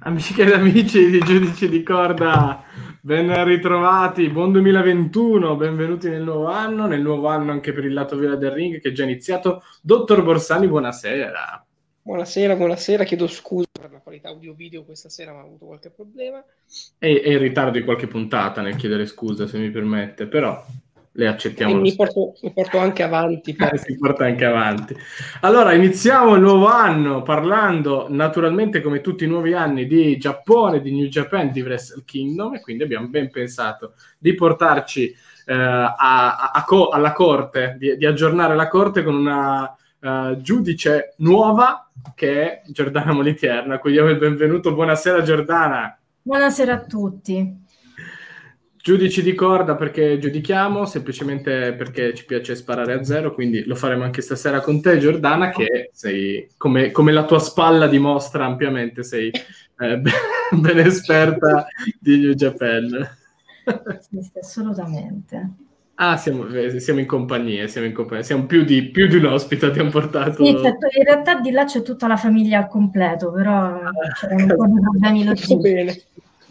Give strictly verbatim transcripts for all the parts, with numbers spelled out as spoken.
Amiche ed amici di Giudici di Corda, ben ritrovati, buon duemilaventuno, benvenuti nel nuovo anno, nel nuovo anno anche per il lato viola del ring che è già iniziato. Dottor Borsani, buonasera. Buonasera, buonasera, chiedo scusa per la qualità audio-video questa sera, ma ho avuto qualche problema. È, è in ritardo di qualche puntata nel chiedere scusa, se mi permette, però le E accettiamo lo mi stesso. porto, mi porto anche avanti Eh, per... si porta anche avanti. Allora, iniziamo il nuovo anno parlando naturalmente, come tutti i nuovi anni, di Giappone, di New Japan, di Wrestle Kingdom, e quindi abbiamo ben pensato di portarci eh, a, a, a co- alla corte, di, di aggiornare la corte con una uh, giudice nuova che è Giordana Molitierna, a cui diamo il benvenuto. Buonasera Giordana. Buonasera a tutti. Giudici di corda perché giudichiamo, semplicemente perché ci piace sparare a zero, quindi lo faremo anche stasera con te Giordana, che sei, come, come la tua spalla dimostra ampiamente, sei eh, ben esperta di New Japan. Sì, sì, assolutamente. Ah, siamo, siamo in compagnia, siamo in compagnia, siamo più di, più di un ospite, abbiamo portato... Sì, certo, in realtà di là c'è tutta la famiglia al completo, però c'erano un po' di problemi logistici. Bene.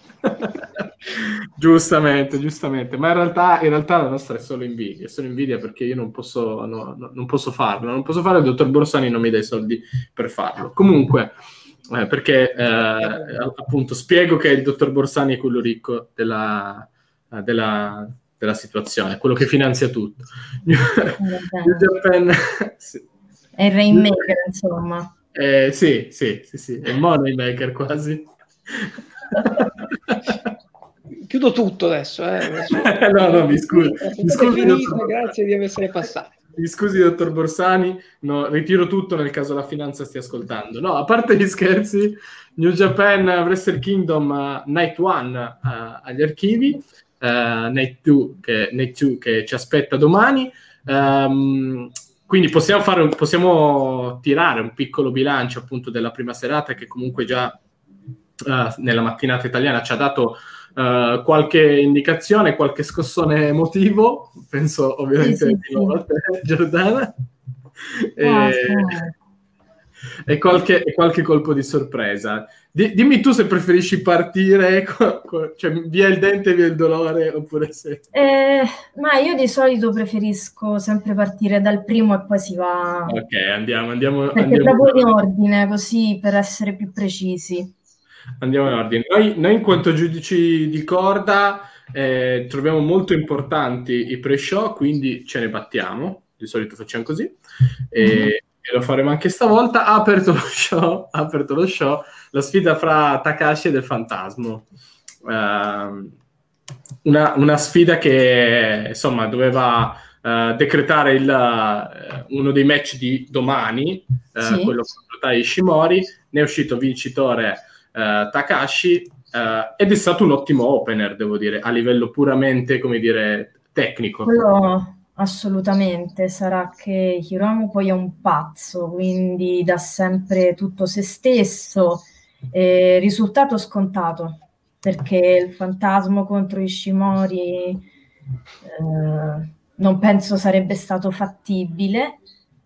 giustamente, giustamente, ma in realtà, in realtà la nostra è solo invidia, è solo invidia perché io non posso, no, no, non posso farlo, non posso farlo, il dottor Borsani non mi dà i soldi per farlo. Comunque, eh, perché eh, appunto spiego che il dottor Borsani è quello ricco della, della, della situazione, quello che finanzia tutto. New Japan, sì. È il Rainmaker, insomma. Eh, sì, sì, sì, sì, è il Moneymaker quasi. Chiudo tutto adesso. Eh. no, no, mi scusi. Mi scusi, finito, dottor... grazie di essere passato. Mi scusi, dottor Borsani, no, ritiro tutto nel caso la finanza stia ascoltando. No, a parte gli scherzi, New Japan Wrestle Kingdom uh, Night One uh, agli archivi, uh, Night Two che, Night Two che ci aspetta domani. Um, quindi possiamo, fare un, possiamo tirare un piccolo bilancio appunto della prima serata che comunque già uh, nella mattinata italiana ci ha dato uh, qualche indicazione, qualche scossone emotivo, penso ovviamente sì, sì, di nuovo a te, Giordana, Ah, e, sì. e, qualche, e qualche colpo di sorpresa. Di, dimmi tu se preferisci partire, co, co, cioè via il dente, via il dolore, oppure se... Eh, ma io di solito preferisco sempre partire dal primo e poi si va... Ok, andiamo, andiamo. Perché andiamo proprio in ordine, così per essere più precisi. Andiamo in ordine. Noi, noi in quanto giudici di corda eh, troviamo molto importanti i pre-show, quindi ce ne battiamo. Di solito facciamo così. E, Mm-hmm. e lo faremo anche stavolta. Ha aperto lo show, ha aperto lo show la sfida fra Takashi e del Fantasma. Uh, una, una sfida che insomma doveva uh, decretare il, uh, uno dei match di domani, uh, Sì. quello contro Tai Ishimori. Ne è uscito vincitore Uh, Takashi uh, ed è stato un ottimo opener, devo dire, a livello puramente, come dire, tecnico. Quello assolutamente, sarà che Hiromu poi è un pazzo, quindi dà sempre tutto se stesso, eh, risultato scontato, perché il fantasma contro Ishimori eh, non penso sarebbe stato fattibile,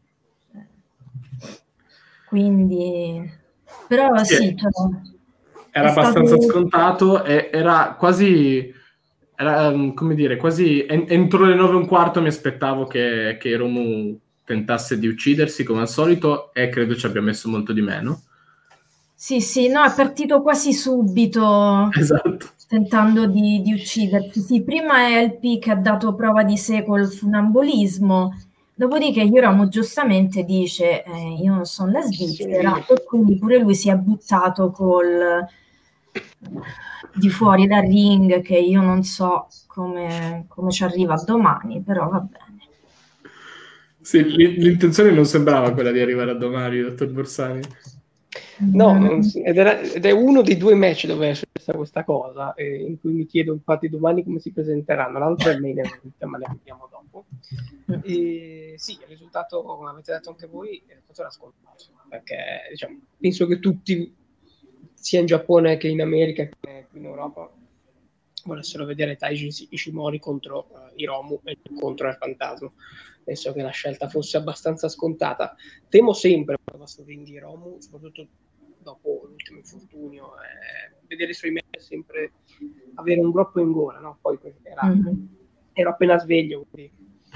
quindi però sì, sì, cioè, era è abbastanza stato... scontato e era quasi era, um, come dire, quasi en- entro le nove e un quarto mi aspettavo che, che Hiromu tentasse di uccidersi come al solito e credo ci abbia messo molto di meno. Sì, sì, no, è partito quasi subito, esatto, tentando di, di uccidersi. Sì, prima è L P che ha dato prova di sé col funambolismo, dopodiché Hiromu giustamente dice eh, io non sono la Svizzera, e quindi pure lui si è buttato col di fuori dal ring, che io non so come, come ci arriva domani, però va bene. Sì, l'intenzione non sembrava quella di arrivare a domani, dottor Borsani. No, non, ed, era, ed è uno dei due match dove è successa questa cosa, eh, in cui mi chiedo infatti domani come si presenteranno. L'altro è il main event, ma ne parliamo dopo. E, sì, il risultato, come avete detto anche voi, è stato scontato, perché diciamo, penso che tutti, sia in Giappone che in America che in Europa, volessero vedere Taiji Ishimori contro uh, Hiromu e contro il Fantasma. Penso che la scelta fosse abbastanza scontata. Temo sempre per la storia di Hiromu, soprattutto dopo l'ultimo infortunio. Eh, vedere i suoi match è sempre avere un groppo in gola, no? Poi era, mm-hmm. ero appena sveglio, quindi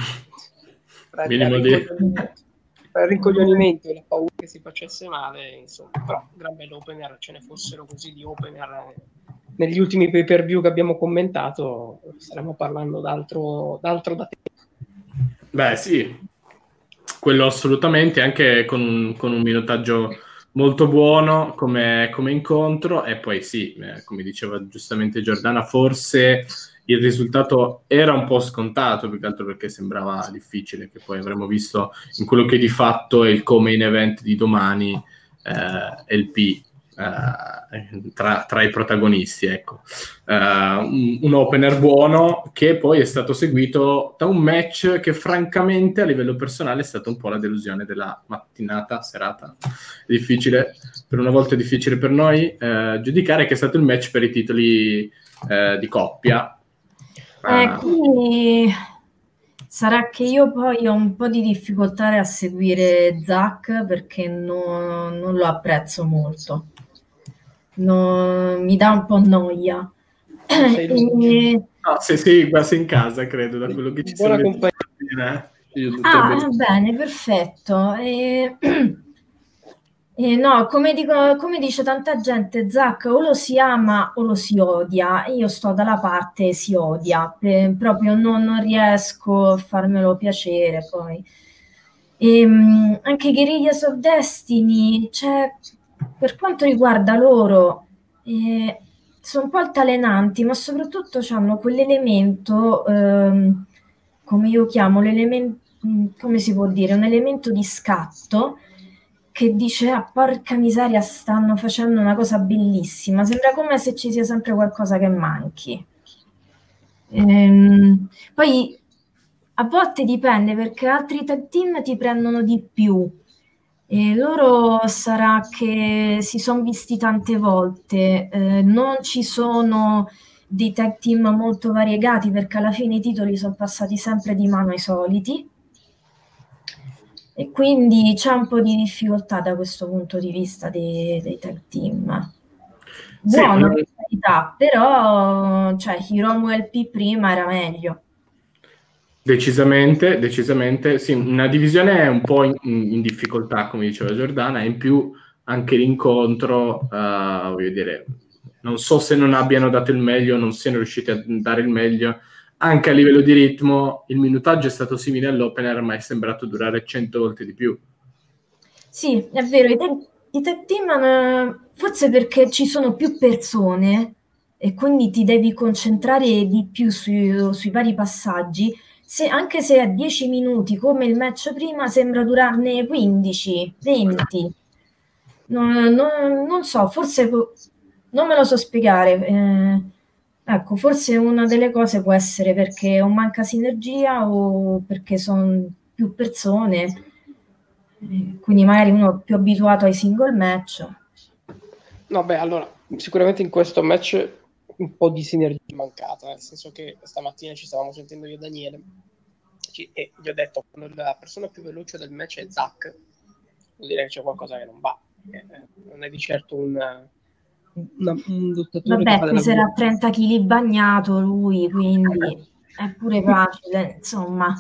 tra il rincoglionimento, tra il rincoglionimento e la paura che si facesse male, insomma, però gran bello opener, ce ne fossero così di opener negli ultimi pay per view che abbiamo commentato, staremo parlando d'altro, d'altro da tempo. Beh sì, quello assolutamente, anche con un, con un minutaggio molto buono come, come incontro. E poi sì, eh, come diceva giustamente Giordana, forse il risultato era un po' scontato, più che altro perché sembrava difficile, che poi avremmo visto in quello che di fatto è il co-main event di domani, eh, L P eh, tra, tra i protagonisti, ecco. Uh, un, un opener buono che poi è stato seguito da un match che francamente a livello personale è stata un po' la delusione della mattinata, serata. È difficile, per una volta è difficile per noi uh, giudicare, che è stato il match per i titoli uh, di coppia. Eh, uh, quindi sarà che io poi ho un po' di difficoltà a seguire Zack perché no, non lo apprezzo molto. No, mi dà un po' noia. E... No, se sei quasi in casa, credo, da quello che ci Buona siamo compagnia. Ah, va bene, perfetto. E... e no, come, dico, come dice tanta gente, Zack o lo si ama o lo si odia. Io sto dalla parte si odia, per, proprio non, non riesco a farmelo piacere poi. E, um, anche Guerrillas of Destiny, cioè, per quanto riguarda loro, eh, sono un po' altalenanti, ma soprattutto hanno quell'elemento, ehm, come io chiamo, l'elemento, come si può dire, un elemento di scatto che dice, ah, porca miseria, stanno facendo una cosa bellissima, sembra come se ci sia sempre qualcosa che manchi. Ehm, poi a volte dipende, perché altri tag team ti prendono di più. E loro sarà che si sono visti tante volte, eh, non ci sono dei tag team molto variegati perché alla fine i titoli sono passati sempre di mano ai soliti e quindi c'è un po' di difficoltà da questo punto di vista dei, dei tag team. Buono, sì, per però cioè, Hiromu L P prima era meglio. Decisamente, decisamente, sì, una divisione un po' in, in difficoltà, come diceva Giordana, e in più anche l'incontro, uh, voglio dire, non so se non abbiano dato il meglio, non siano riusciti a dare il meglio, anche a livello di ritmo, il minutaggio è stato simile all'opener, ma è sembrato durare cento volte di più. Sì, è vero, i tag, i tag team, forse perché ci sono più persone e quindi ti devi concentrare di più sui, sui vari passaggi, se, anche se a dieci minuti come il match prima sembra durarne quindici, venti. Non, non, non so, forse non me lo so spiegare. Eh, ecco, forse una delle cose può essere perché o manca sinergia o perché sono più persone, quindi magari uno più abituato ai single match. No, beh, allora, sicuramente in questo match un po' di sinergia è mancata, nel senso che stamattina ci stavamo sentendo io e Daniele e gli ho detto, quando la persona più veloce del match è Zack, vuol dire che c'è qualcosa che non va. Eh, non è di certo un, una, un lottatore Vabbè, che fa peserà trenta chili bagnato lui, quindi è pure facile, insomma.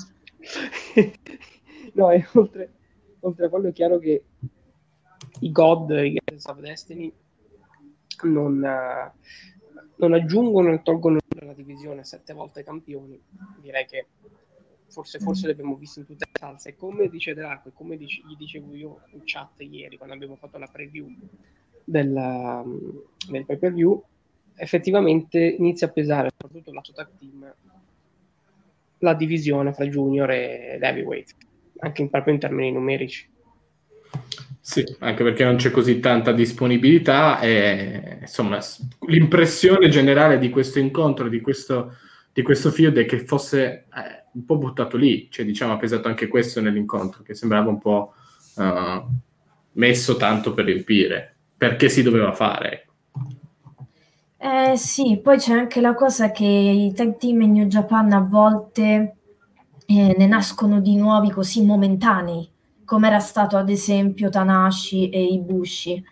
No, e oltre, oltre a quello è chiaro che i God, i Guardians of Destiny non, non aggiungono e tolgono la divisione sette volte campioni. Direi che forse, forse li abbiamo visti in tutte le salse. E come dice Draco, e come dice, gli dicevo io in chat ieri quando abbiamo fatto la preview del, del pay per view, effettivamente inizia a pesare soprattutto il lato tag team la divisione fra junior e heavyweight, anche in, proprio in termini numerici. Sì, anche perché non c'è così tanta disponibilità e insomma l'impressione generale di questo incontro, di questo, di questo feud è che fosse eh, un po' buttato lì, cioè diciamo ha pesato anche questo nell'incontro, che sembrava un po' uh, messo tanto per riempire, perché si doveva fare. Eh sì, poi c'è anche la cosa che i tag team in New Japan a volte eh, ne nascono di nuovi così momentanei, come era stato ad esempio Tanahashi e Ibushi.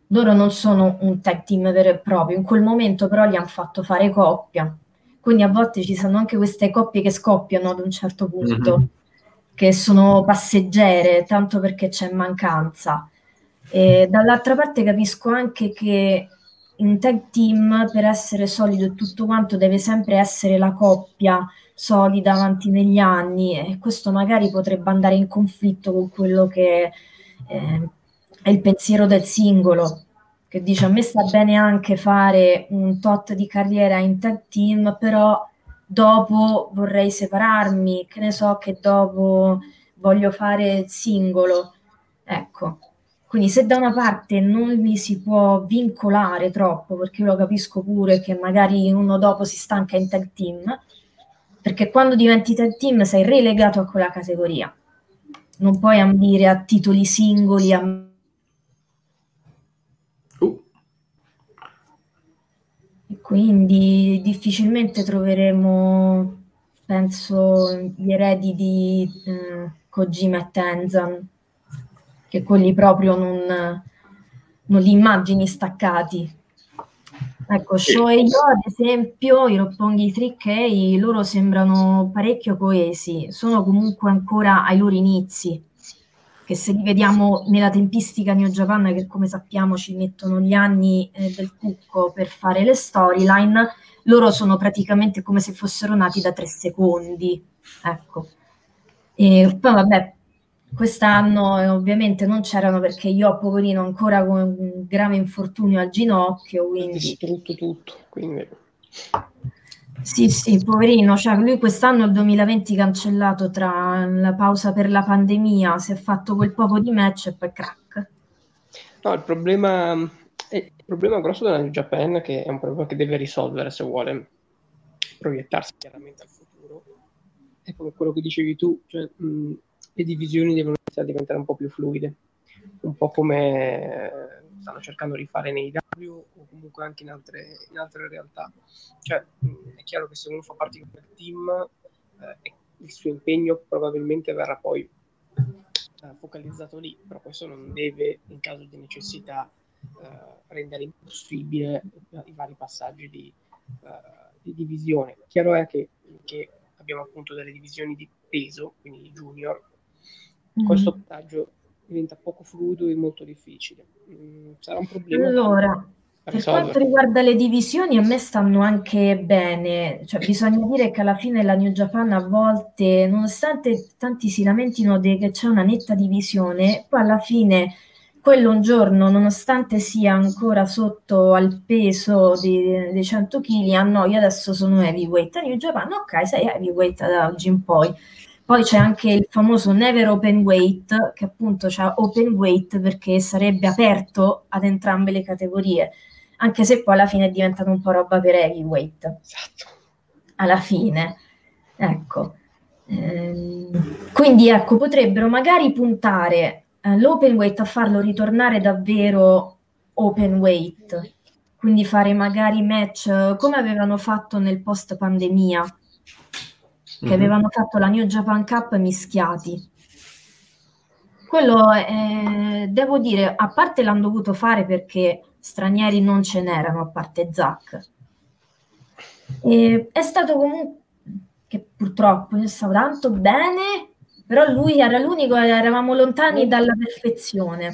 loro non sono un tag team vero e proprio, in quel momento però li hanno fatto fare coppia, quindi a volte ci sono anche queste coppie che scoppiano ad un certo punto, mm-hmm. che sono passeggere, tanto perché c'è mancanza. E dall'altra parte capisco anche che un tag team, per essere solido e tutto quanto, deve sempre essere la coppia solida avanti negli anni, e questo magari potrebbe andare in conflitto con quello che eh, è il pensiero del singolo, che dice: a me sta bene anche fare un tot di carriera in tag team, però dopo vorrei separarmi, che ne so, che dopo voglio fare il singolo, ecco. Quindi se da una parte non li si può vincolare troppo, perché io lo capisco pure che magari uno dopo si stanca in tag team, perché quando diventi tag team sei relegato a quella categoria, non puoi ambire a titoli singoli, a... uh. e quindi difficilmente troveremo, penso, gli eredi di eh, Kojima e Tenzan, che quelli proprio non, non li immagini staccati. Ecco, Shoei Yo ad esempio, i Roppongi tre K, loro sembrano parecchio coesi, sono comunque ancora ai loro inizi, che se li vediamo nella tempistica New Japan, che come sappiamo ci mettono gli anni eh, del cucco per fare le storyline, loro sono praticamente come se fossero nati da tre secondi, ecco. E poi vabbè, quest'anno eh, ovviamente non c'erano perché io poverino ancora con un grave infortunio al ginocchio, quindi distrutto tutto, quindi sì sì, poverino, cioè lui quest'anno il duemilaventi cancellato tra la pausa per la pandemia, si è fatto quel poco di match e poi crack. No, il problema è il problema grosso della New Japan, che è un problema che deve risolvere se vuole proiettarsi chiaramente al futuro, è come quello che dicevi tu, cioè mh, le divisioni devono iniziare a diventare un po' più fluide, un po' come stanno cercando di fare nei W o comunque anche in altre, in altre realtà. Cioè mh, è chiaro che se uno fa parte di quel team, eh, il suo impegno probabilmente verrà poi eh, focalizzato lì, però questo non deve, in caso di necessità, eh, rendere impossibile i vari passaggi di, uh, di divisione. Chiaro è che, che abbiamo appunto delle divisioni di peso, quindi di junior, mm-hmm. questo passaggio diventa poco fluido e molto difficile. Mm, sarà un problema. Allora, per quanto riguarda le divisioni, a me stanno anche bene, cioè bisogna dire che alla fine la New Japan a volte, nonostante tanti si lamentino de che c'è una netta divisione, poi alla fine quello un giorno, nonostante sia ancora sotto al peso dei, dei cento chili, ah no, io adesso sono heavyweight, a New Japan, ok, sei heavyweight da oggi in poi. Poi c'è anche il famoso never open weight, che appunto c'è open weight perché sarebbe aperto ad entrambe le categorie, anche se poi alla fine è diventato un po' roba per heavyweight. Esatto. Alla fine, ecco. Ehm, quindi ecco, potrebbero magari puntare eh, l'open weight a farlo ritornare davvero open weight, quindi fare magari match come avevano fatto nel post pandemia, che mm-hmm. avevano fatto la New Japan Cup mischiati. Quello eh, devo dire, a parte l'hanno dovuto fare perché stranieri non ce n'erano, a parte Zack. E è stato comunque, che purtroppo io stavo tanto bene, però lui era l'unico, eravamo lontani dalla perfezione.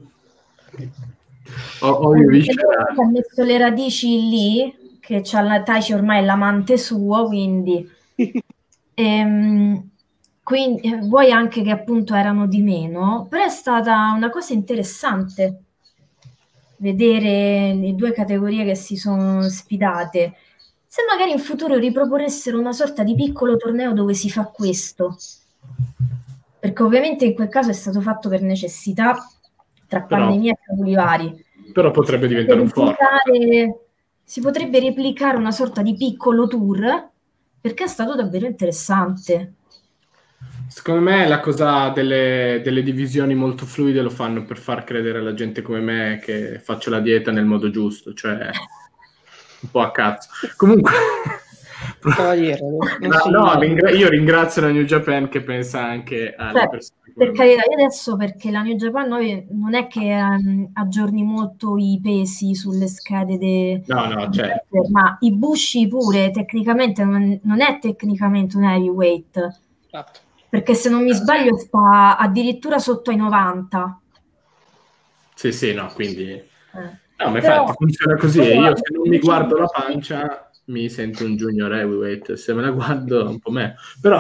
Oh, oh, io ha messo le radici lì, che c'ha la Taichi ormai è l'amante suo, quindi... ehm, quindi vuoi anche che appunto erano di meno, però è stata una cosa interessante vedere le due categorie che si sono sfidate. Se magari in futuro riproponessero una sorta di piccolo torneo dove si fa questo, perché ovviamente in quel caso è stato fatto per necessità tra però, pandemia e cavoli vari. Però potrebbe diventare un format. Si potrebbe replicare una sorta di piccolo tour, perché è stato davvero interessante. Secondo me la cosa delle, delle divisioni molto fluide lo fanno per far credere alla gente come me che faccio la dieta nel modo giusto, cioè un po' a cazzo. Comunque Cavaliere, non no, si... no, ringra- io ringrazio la New Japan che pensa anche alle Cioè, persone. per carità, io adesso perché la New Japan noi non è che um, aggiorni molto i pesi sulle schede de, No, no, certo. ma i Bushi pure tecnicamente non, non è tecnicamente un heavyweight, Esatto. perché se non mi sbaglio sta addirittura sotto ai novanta. Sì, sì, no, quindi... Eh. No, ma Però, infatti funziona così, però, io se non mi guardo la diciamo, pancia mi sento un junior heavyweight, se me la guardo un po' meno, però...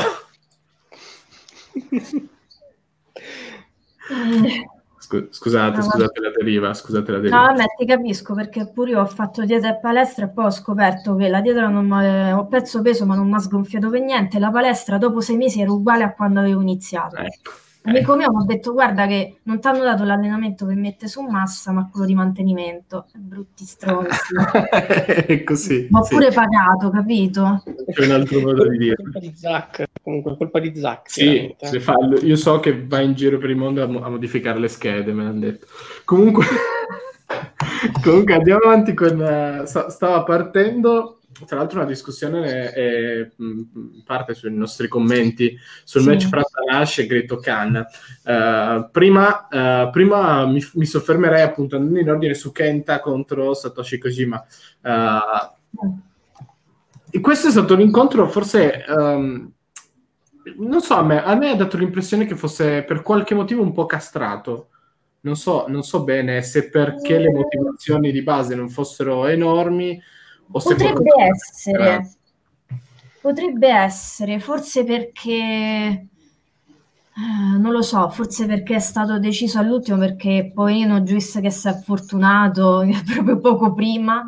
Scu- scusate, no, scusate la deriva, scusate la no, deriva. vabbè, ti capisco perché pure io ho fatto dieta e palestra e poi ho scoperto che la dieta non m'ha- ho perso peso ma non mi ha sgonfiato per niente. La palestra dopo sei mesi era uguale a quando avevo iniziato. Ecco, Amico ecco. mio mi ha detto guarda che non ti hanno dato l'allenamento per mettere su massa ma quello di mantenimento. Brutti stronzi. È così, Ma ho sì. pure pagato, capito? C'è un altro modo di dire. È colpa di Zack, comunque, è colpa di Zack. Sì, se fa, io so che va in giro per il mondo a, mo- a modificare le schede, me l'hanno detto. Comunque, comunque andiamo avanti con... eh, sta- stava partendo, tra l'altro una discussione è, mh, parte sui nostri commenti sul Sì. match fra Tanahashi e Great Khan. Uh, prima uh, prima mi, mi soffermerei appunto andando in ordine su Kenta contro Satoshi Kojima. Uh, e questo è stato un incontro forse... Um, non so, a me, a me ha dato l'impressione che fosse per qualche motivo un po' castrato. Non so, non so bene se perché le motivazioni di base non fossero enormi o se Potrebbe qualcosa... essere, potrebbe essere, forse perché, eh, non lo so, forse perché è stato deciso all'ultimo, perché poverino Juice che si è fortunato proprio poco prima.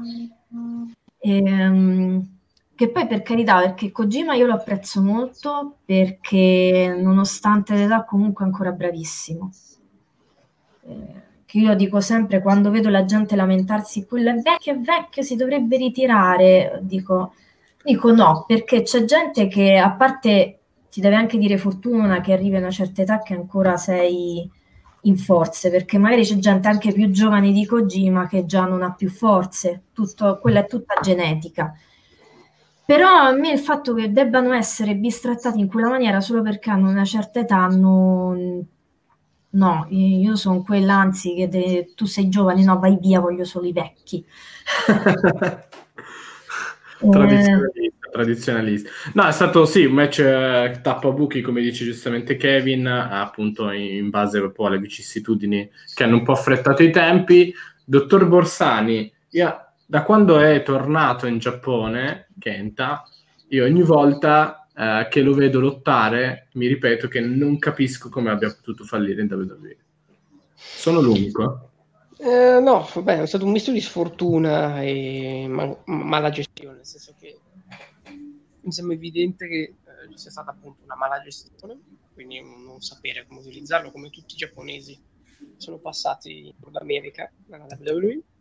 Ehm, che poi per carità, perché Kojima io lo apprezzo molto perché nonostante l'età comunque è ancora bravissimo. Eh, che io dico sempre quando vedo la gente lamentarsi, quello è vecchio, è vecchio, si dovrebbe ritirare, dico, dico no, perché c'è gente che a parte ti deve anche dire fortuna che arrivi a una certa età che ancora sei in forze, perché magari c'è gente anche più giovane di Kojima che già non ha più forze, tutto, quella è tutta genetica. Però a me il fatto che debbano essere bistrattati in quella maniera solo perché hanno una certa età non... No, io sono quella, anzi, che de- tu sei giovane, no, vai via, voglio solo i vecchi. Tradizionalista, tradizionalista. No, è stato sì un match eh, tappabuchi, come dice giustamente Kevin, appunto in base un po' alle vicissitudini che hanno un po' affrettato i tempi. Dottor Borsani, io, da quando è tornato in Giappone, Kenta, io ogni volta eh, che lo vedo lottare, mi ripeto che non capisco come abbia potuto fallire in W W E. Sono l'unico? Eh, no, vabbè, è stato un misto di sfortuna e ma- mala gestione, nel senso che mi sembra evidente che eh, ci sia stata appunto una mala gestione, quindi un non sapere come utilizzarlo, come tutti i giapponesi sono passati in America nella W W E,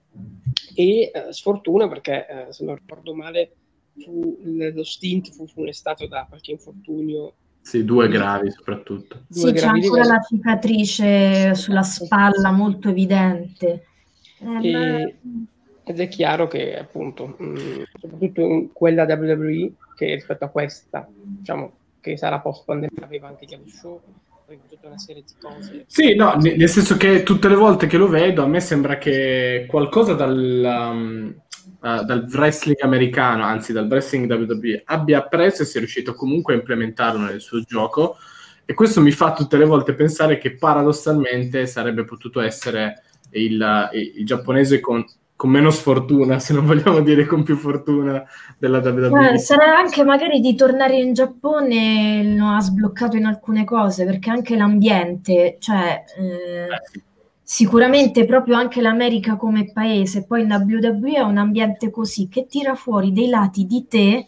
e eh, sfortuna perché, eh, se non ricordo male, fu, lo stint fu funestato da qualche infortunio. Sì, due gravi soprattutto. Due Sì, c'è gravi ancora livelli. la cicatrice sulla spalla molto evidente. Eh, E, ma- ed è chiaro che appunto mh, soprattutto in quella W W E che rispetto a questa, diciamo che sarà post pandemia, aveva anche gli show, aveva tutta una serie di cose. Sì, no, ne- nel senso che tutte le volte che lo vedo a me sembra che qualcosa dal, um, uh, dal wrestling americano, anzi dal wrestling W W E, abbia appreso e sia riuscito comunque a implementarlo nel suo gioco, e questo mi fa tutte le volte pensare che paradossalmente sarebbe potuto essere il, il, il giapponese con, con meno sfortuna, se non vogliamo dire con più fortuna, della W W E. Eh, sarà anche magari di tornare in Giappone lo ha sbloccato in alcune cose, perché anche l'ambiente, cioè eh, Eh, sì. sicuramente proprio anche l'America come paese, poi in W W E è un ambiente così che tira fuori dei lati di te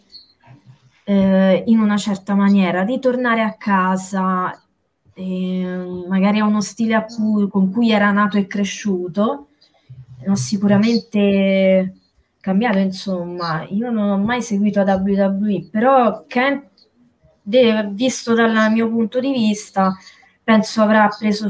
eh, in una certa maniera, di tornare a casa, eh, magari a uno stile a cui- con cui era nato e cresciuto, no, sicuramente cambiato, insomma. Io non ho mai seguito la W W E, però Ken, de- visto dal mio punto di vista, penso avrà appreso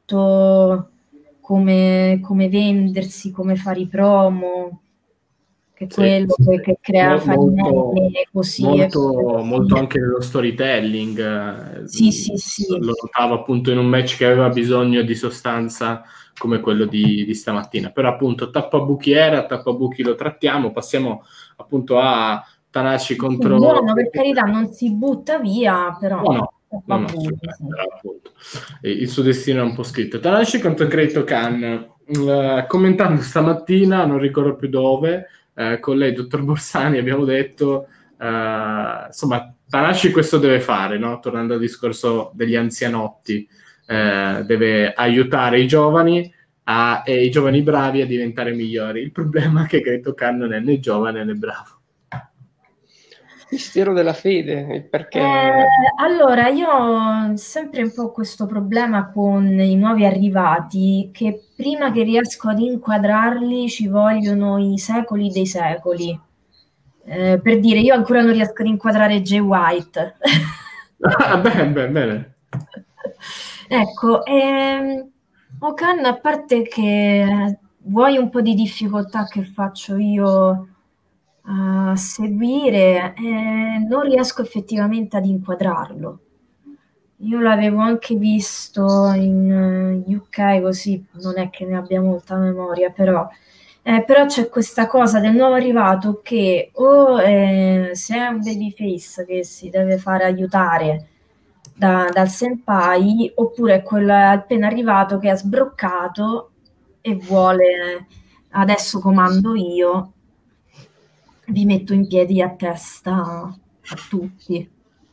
soprattutto come, come vendersi, come fare i promo. che è Sì, quello sì, che, sì. che crea Mo- molto, farinelle così. e molto, cose molto così. anche nello storytelling. eh, Sì, mh, sì, sì. Lo notavo appunto in un match che aveva bisogno di sostanza come quello di, di stamattina. Però appunto tappabuchi era, tappabuchi lo trattiamo, passiamo appunto a Tanahashi Sì, contro... buono, per carità, non si butta via, però No, no, no, no, tappabuchi, assolutamente, sì. però, appunto, eh, il suo destino è un po' scritto. Tanahashi contro Great Khan, eh, commentando stamattina, non ricordo più dove, eh, con lei, dottor Borsani, abbiamo detto, eh, insomma, Tanahashi questo deve fare, no? Tornando al discorso degli anzianotti, eh, deve aiutare i giovani a- e i giovani bravi a diventare migliori. Il problema è che Great Khan non è né giovane né bravo. Mistero della fede, il perché... Eh, allora, io ho sempre un po' questo problema con i nuovi arrivati, che prima che riesco ad inquadrarli ci vogliono i secoli dei secoli. Eh, per dire, io ancora non riesco ad inquadrare Jay White. Ah, bene, bene, bene. Ecco, ehm, Okan, a parte che vuoi un po' di difficoltà che faccio io a seguire, eh, non riesco effettivamente ad inquadrarlo. Io l'avevo anche visto in eh, U K, così non è che ne abbia molta memoria, però, eh, però c'è questa cosa del nuovo arrivato che o eh, se è un babyface che si deve fare aiutare da- dal senpai, oppure è quello appena arrivato che ha sbroccato e vuole adesso comando io, vi metto in piedi a testa a tutti.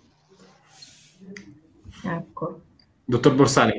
Ecco. Dottor Borsani.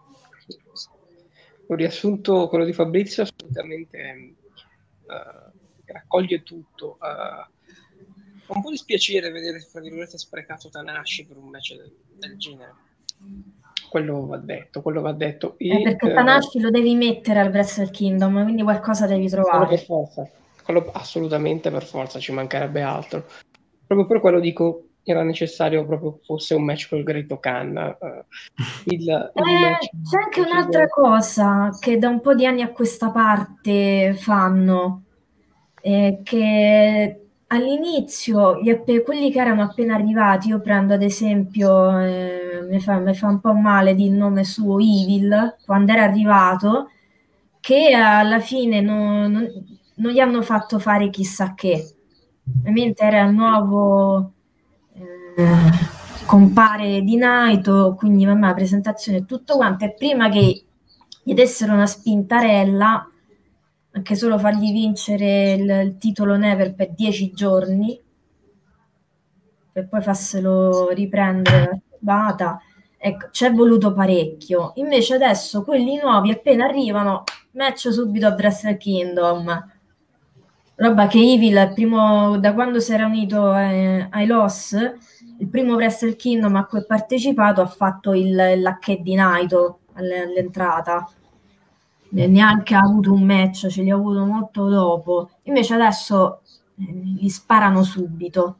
Un riassunto, quello di Fabrizio, assolutamente eh, raccoglie tutto. Eh, Fa un po' dispiacere vedere, fra virgolette, sprecato Tanahashi per un match del, del genere. Quello va detto, quello va detto. Eh, E, perché eh, Tanahashi lo devi mettere al Wrestle Kingdom, quindi qualcosa devi quello per trovare. forza, quello assolutamente per forza, ci mancherebbe altro. Proprio per quello dico, era necessario proprio fosse un match col Great Khan. Eh, il, il match Eh, c'è anche un'altra precedente. cosa che da un po' di anni a questa parte fanno, eh, che all'inizio gli appe- quelli che erano appena arrivati, io prendo ad esempio, eh, mi fa, mi fa un po' male di nome suo, Evil, quando era arrivato, che alla fine non, non- non gli hanno fatto fare chissà che, mentre era il nuovo eh, compare di Naito, quindi vabbè, la presentazione e tutto quanto, e prima che gli dessero una spintarella, anche solo fargli vincere il, il titolo Never per dieci giorni, per poi farselo riprendere la bata, ecco, ci è voluto parecchio. Invece adesso quelli nuovi appena arrivano, match subito a Wrestle Kingdom. Roba che Evil, il primo, da quando si era unito eh, ai Loss, il primo Wrestle Kingdom a cui ha partecipato, ha fatto il, l'H di Naito all'entrata. Neanche ha avuto un match, ce li ha avuto molto dopo. Invece adesso eh, gli sparano subito.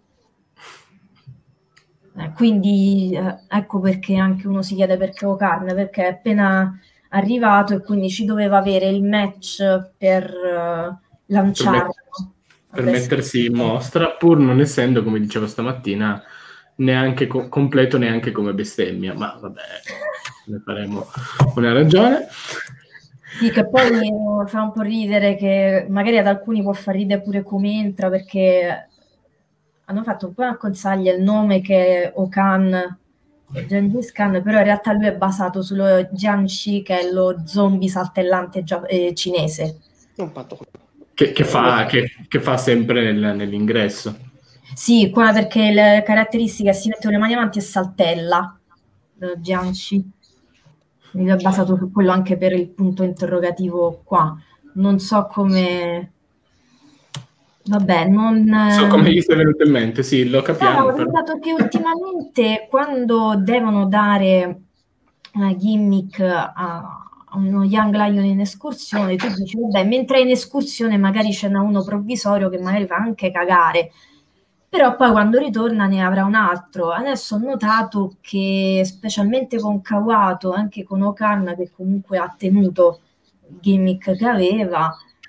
Eh, quindi eh, ecco perché anche uno si chiede perché O'Karn, perché è appena arrivato e quindi ci doveva avere il match per uh, per, met- lanciarlo. per mettersi in mostra, pur non essendo, come dicevo stamattina, neanche co- completo neanche come bestemmia, ma vabbè, ne faremo una ragione. Sì, che poi eh, fa un po' ridere che magari ad alcuni può far ridere pure come entra, perché hanno fatto un po' una consaglia il nome che è Okan, Gengis Khan, però in realtà lui è basato sullo Jiangxi, che è lo zombie saltellante gia- eh, cinese. Un patto. Che, che fa, che, che fa sempre nel- nell'ingresso. Sì, qua perché le caratteristiche è si mette con le mani avanti e saltella, lo Jiangxi. Quindi è basato su quello anche per il punto interrogativo qua. Non so come... Vabbè, non... So come gli sia venuto in mente, sì, lo No, capiamo, ho però. notato che ultimamente quando devono dare una gimmick a, a uno Young Lion in escursione, tu dici, vabbè, mentre è in escursione magari ce n'è uno provvisorio che magari fa anche cagare, però poi quando ritorna ne avrà un altro. Adesso ho notato che specialmente con Kawato, anche con Okan, che comunque ha tenuto il gimmick che aveva,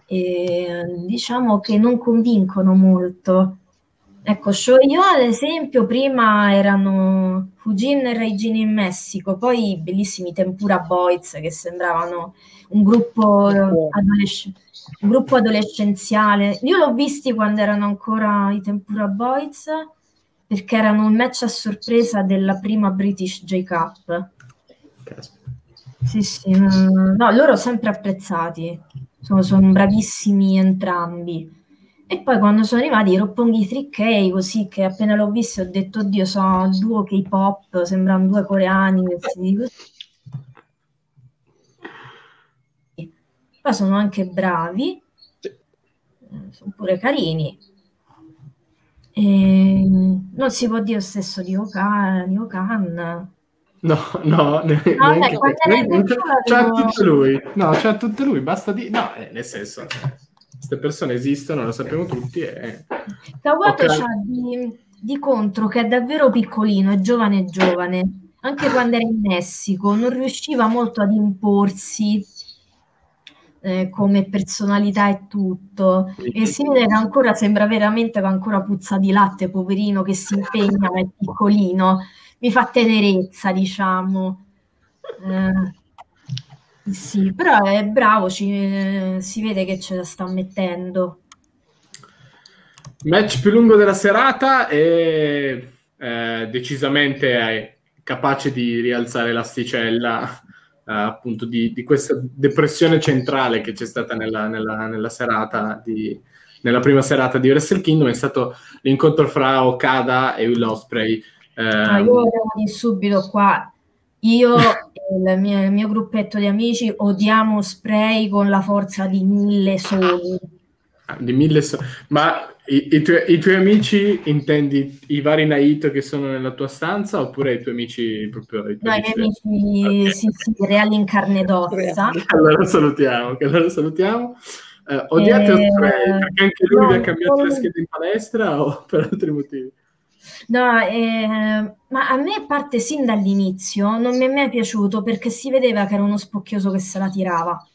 e diciamo che non convincono molto. Ecco, Shoyo ad esempio prima erano Fujin e Regine in Messico, poi i bellissimi Tempura Boys che sembravano un gruppo, adolesc- un gruppo adolescenziale. Io l'ho visti quando erano ancora i Tempura Boys, perché erano un match a sorpresa della prima British J-Cup. Sì, sì, no, loro sempre apprezzati, sono, sono bravissimi entrambi. E poi quando sono arrivati i Roppongi tre K, così che appena l'ho visto ho detto, oddio, sono duo K-pop, sembrano due coreani vestiti così. Poi sono anche bravi, sono pure carini. E non si può dire lo stesso di Okan, di Okan. No, no, ne, No, neanche, beh, neanche, c'ha avevo... tutto lui. No, c'ha tutto lui, basta di... No, eh, nel senso, queste persone esistono, lo sappiamo tutti. E... Kawato okay. c'ha di, di contro che è davvero piccolino, è giovane giovane. Anche quando era in Messico non riusciva molto ad imporsi eh, come personalità e tutto. E si vede che ancora sembra veramente che ancora puzza di latte, poverino, che si impegna, ma è piccolino. Mi fa tenerezza, diciamo. Eh, sì, però è bravo, ci, si vede che ce la sta mettendo. Match più lungo della serata e eh, decisamente è capace di rialzare l'asticella eh, appunto di, di questa depressione centrale che c'è stata nella, nella, nella serata di, nella prima serata di Wrestle Kingdom. È stato l'incontro fra Okada e Will Ospreay. Eh, no, io devo dire subito qua, io e il mio, il mio gruppetto di amici odiamo Ospreay con la forza di mille soli. Di mille so- ma i, i, tuoi, i tuoi amici intendi i vari Naito che sono nella tua stanza oppure i tuoi amici proprio i tuoi no, amici i miei amici okay. sì, sì, reali in carne d'ossa. Allora salutiamo, che allora salutiamo. Eh, odiate eh, Ospreay perché anche lui no, vi ha cambiato non... le schede in palestra o per altri motivi? No, eh, ma a me parte sin dall'inizio non mi è mai piaciuto perché si vedeva che era uno spocchioso che se la tirava.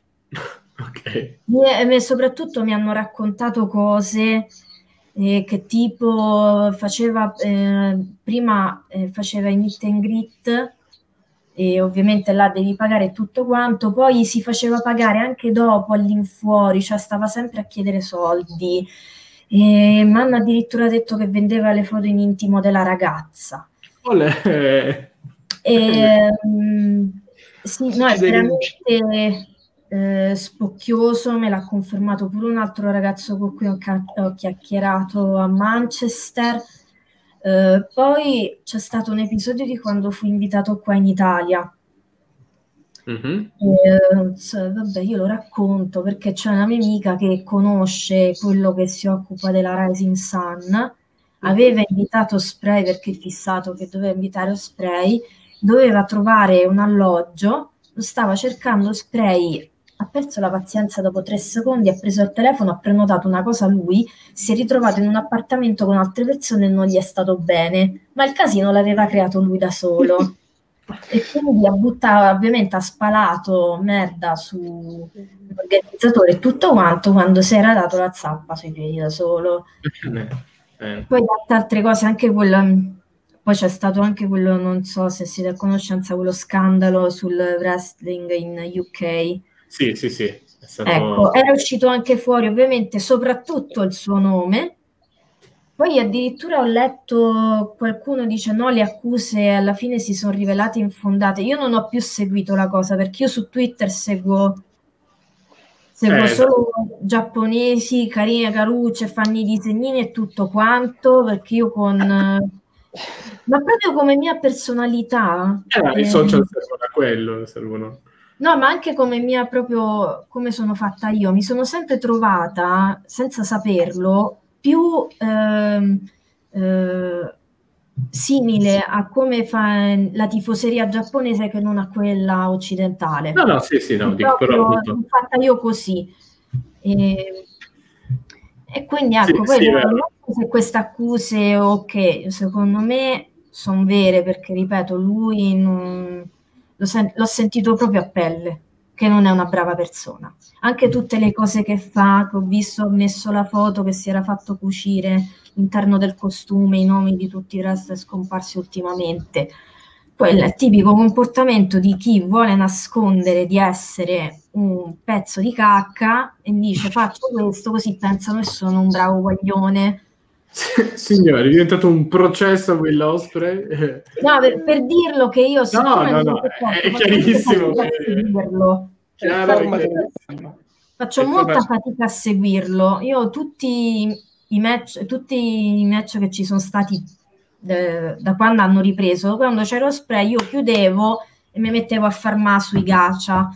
Ok. E soprattutto mi hanno raccontato cose eh, che tipo faceva eh, prima eh, faceva i meet and greet e ovviamente là devi pagare tutto quanto, poi si faceva pagare anche dopo all'infuori, cioè stava sempre a chiedere soldi. E mi hanno addirittura detto che vendeva le foto in intimo della ragazza. Olè. E, um, sì, no, è veramente eh, spocchioso, me l'ha confermato pure un altro ragazzo con cui ho, ca- ho chiacchierato a Manchester. Eh, poi c'è stato un episodio di quando fu invitato qua in Italia. Mm-hmm. Eh, cioè, vabbè, io lo racconto perché c'è una mia amica che conosce quello che si occupa della Rising Sun. Aveva invitato Ospreay perché è fissato che doveva invitare Ospreay, doveva trovare un alloggio, lo stava cercando Ospreay, ha perso la pazienza dopo tre secondi, ha preso il telefono, ha prenotato una cosa lui, si è ritrovato in un appartamento con altre persone e non gli è stato bene, ma il casino l'aveva creato lui da solo. E quindi ha buttato, ovviamente ha spalato merda sull'organizzatore e tutto quanto quando si era dato la zappa sui piedi da solo. Eh. Poi tante altre cose, anche quella, poi c'è stato anche quello, non so se siete a conoscenza, quello scandalo sul wrestling in U K. Sì, sì, sì. È stato... Ecco, era uscito anche fuori ovviamente soprattutto il suo nome. Poi addirittura ho letto qualcuno dice no, le accuse alla fine si sono rivelate infondate. Io non ho più seguito la cosa perché io su Twitter seguo, seguo eh, solo giapponesi, carine carucce, fanno i disegnini e tutto quanto, perché io con... ma proprio come mia personalità... Eh, I social servono a quello, servono... No, ma anche come mia proprio, come sono fatta io, mi sono sempre trovata, senza saperlo, più ehm, eh, simile a come fa la tifoseria giapponese che non a quella occidentale. No, no, sì, sì, no, dico proprio, però... sono fatta io così. E, e quindi ecco, sì, poi sì, non so se queste accuse, ok, secondo me sono vere, perché ripeto, lui non, l'ho, sen- l'ho sentito proprio a pelle che non è una brava persona. Anche tutte le cose che fa, che ho visto, ho messo la foto che si era fatto cucire all'interno del costume, i nomi di tutti i rest scomparsi ultimamente. Quello è tipico comportamento di chi vuole nascondere di essere un pezzo di cacca e dice faccio questo così pensano che sono un bravo guaglione. Signore, è diventato un processo a Will Ospreay. No, per, per dirlo che io no, no, no, è, è chiarissimo. Seguirlo. Chiaro, è chiarissimo. Faccio molta fatica a seguirlo. Io tutti i match, tutti i match che ci sono stati eh, da quando hanno ripreso, quando c'era Ospreay io chiudevo e mi mettevo a farmà sui gacha.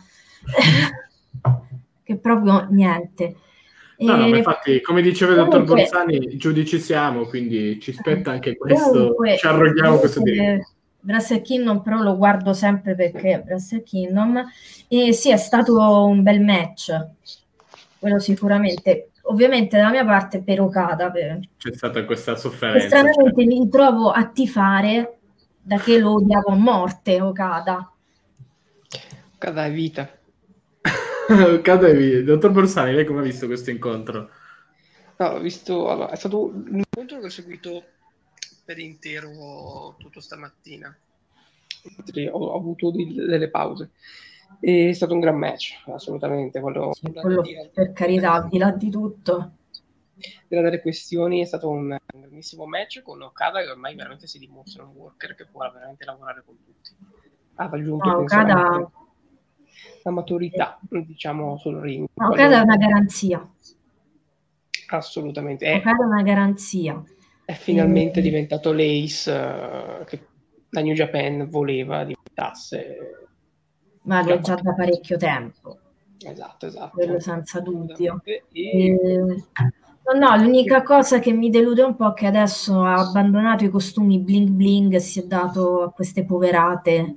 Che proprio niente. No, no, E, ma infatti, come diceva il dottor comunque, Borsani, giudici siamo, quindi ci spetta anche questo, comunque, ci arroghiamo questo diritto. Wrestle Kingdom però lo guardo sempre perché Wrestle Kingdom, e sì, è stato un bel match, quello sicuramente. Ovviamente dalla mia parte per Okada. Per... C'è stata questa sofferenza. Stranamente cioè. Mi trovo a tifare da che lo odiavo a morte Okada. Okada è vita. Okada è vita. Dottor Borsani, lei come ha visto questo incontro? No, ho visto, allora, è stato un incontro che ho seguito per intero tutto stamattina. Ho, ho avuto di, delle pause. È stato un gran match, assolutamente. Quello, sì, quello di, per carità, al di là di tutto. Delle questioni è stato un, un grandissimo match con Okada che ormai veramente si dimostra un worker che può veramente lavorare con tutti. Ha raggiunto no, Okada... la, la maturità, diciamo, sul ring. No, Okada è una garanzia. Assolutamente. È, Okada è una garanzia. È finalmente e... diventato l'ace uh, che la New Japan voleva diventasse. Ma lo è già da parecchio tempo. Esatto, esatto. Quello senza dubbio. E... E... No, no, l'unica cosa che mi delude un po' è che adesso ha abbandonato i costumi bling bling e si è dato a queste poverate.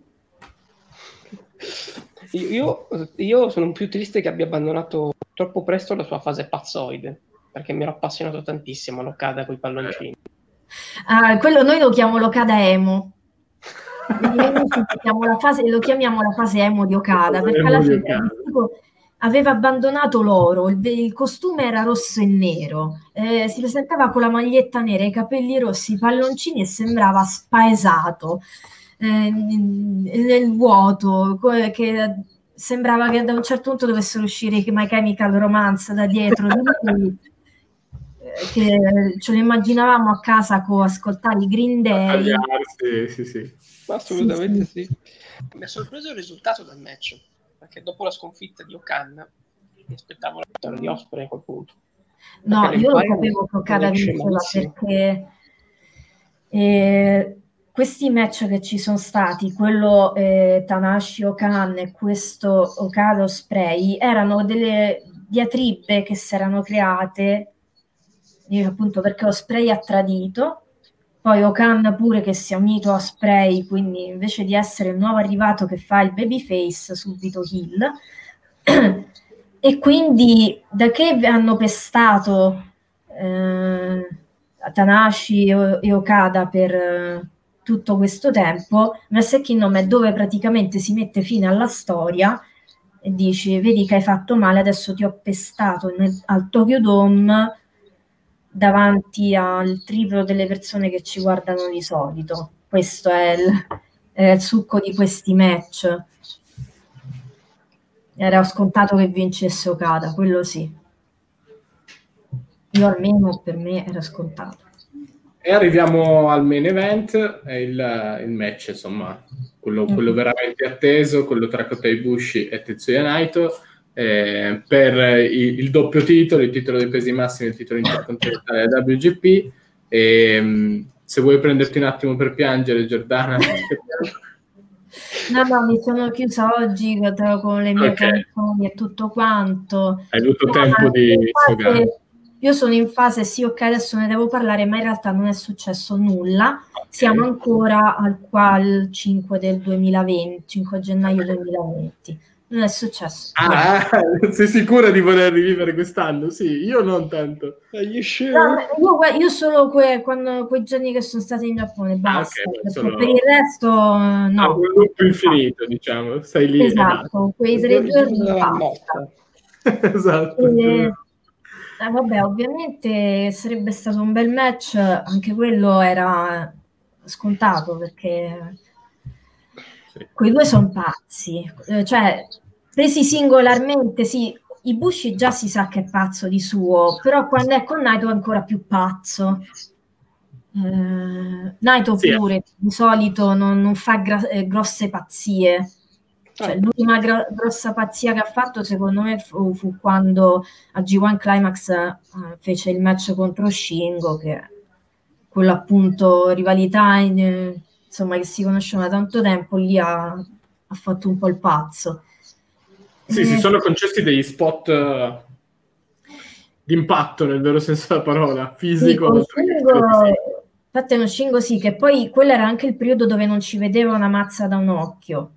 Io, io sono più triste che abbia abbandonato troppo presto la sua fase pazzoide, perché mi ero appassionato tantissimo all'Okada con i palloncini. Ah, quello noi lo chiamiamo l'Okada emo. La fase, lo chiamiamo la fase emo di Okada, perché alla fine aveva abbandonato l'oro, il, il costume era rosso e nero, eh, si presentava con la maglietta nera, i capelli rossi, i palloncini e sembrava spaesato eh, nel vuoto, che sembrava che da un certo punto dovessero uscire i My Chemical Romance da dietro di lui, che ce lo immaginavamo a casa con ascoltare i Green Day. Sì, sì, sì. Assolutamente sì, sì. Mi ha sorpreso il risultato del match, perché dopo la sconfitta di Okan mi aspettavo la vittoria di Ospreay a quel punto. No, perché io lo sapevo che Okada vinceva perché eh, questi match che ci sono stati, quello eh, Tanahashi Okan e questo Okada Ospreay, erano delle diatribe che si erano create appunto perché Ospreay ha tradito, poi Okan pure che si è unito a Ospreay, quindi invece di essere il nuovo arrivato che fa il babyface subito heel, e quindi da che hanno pestato eh, Tanahashi e Okada per eh, tutto questo tempo, Wrestle Kingdom è dove praticamente si mette fine alla storia e dici vedi che hai fatto male, adesso ti ho pestato nel, al Tokyo Dome davanti al triplo delle persone che ci guardano di solito. Questo è il, è il succo di questi match. Era scontato che vincesse Okada, quello sì. Io almeno per me era scontato. E arriviamo al main event, è il, il match, insomma, quello, mm. quello veramente atteso, quello tra Kota Ibushi e Tetsuya Naito. Eh, per il, il doppio titolo, il titolo dei pesi massimi e il titolo intercontinentale della W G P. E, um, se vuoi prenderti un attimo per piangere, Giordana. No, no, mi sono chiusa oggi con le mie okay. canzoni e tutto quanto. Hai avuto no, tempo di sfogare. Io sono in fase, sì, ok, adesso ne devo parlare, ma in realtà non è successo nulla. Okay. Siamo ancora al, qua, al cinque del duemilaventi, cinque gennaio okay. duemilaventi. Non è successo. Ah, sei sicura di voler rivivere quest'anno? Sì, io non tanto. Sure? No, io, io solo que, quando, quei giorni che sono stati in Giappone, basta. Ah, okay, perché solo... per il resto no. Ah, un loop infinito, diciamo. Stai lì. Esatto, quei tre giorni basta. Esatto. E, eh, vabbè, ovviamente sarebbe stato un bel match, anche quello era scontato perché sì. Quei due sono pazzi, eh, cioè presi singolarmente sì, Ibushi già si sa che è pazzo di suo, però quando è con Naito è ancora più pazzo. Eh, Naito sì, pure di solito non, non fa gra- eh, grosse pazzie. Cioè, l'ultima gra- grossa pazzia che ha fatto secondo me fu, fu quando a G uno Climax eh, fece il match contro Shingo, che quello appunto rivalità in, eh, insomma che si conoscevano da tanto tempo, lì ha, ha fatto un po' il pazzo. Sì, eh, si sono concessi degli spot uh, d'impatto nel vero senso della parola, fisico. Sì, Shingo, infatti è uno Shingo sì, che poi quello era anche il periodo dove non ci vedeva una mazza da un occhio.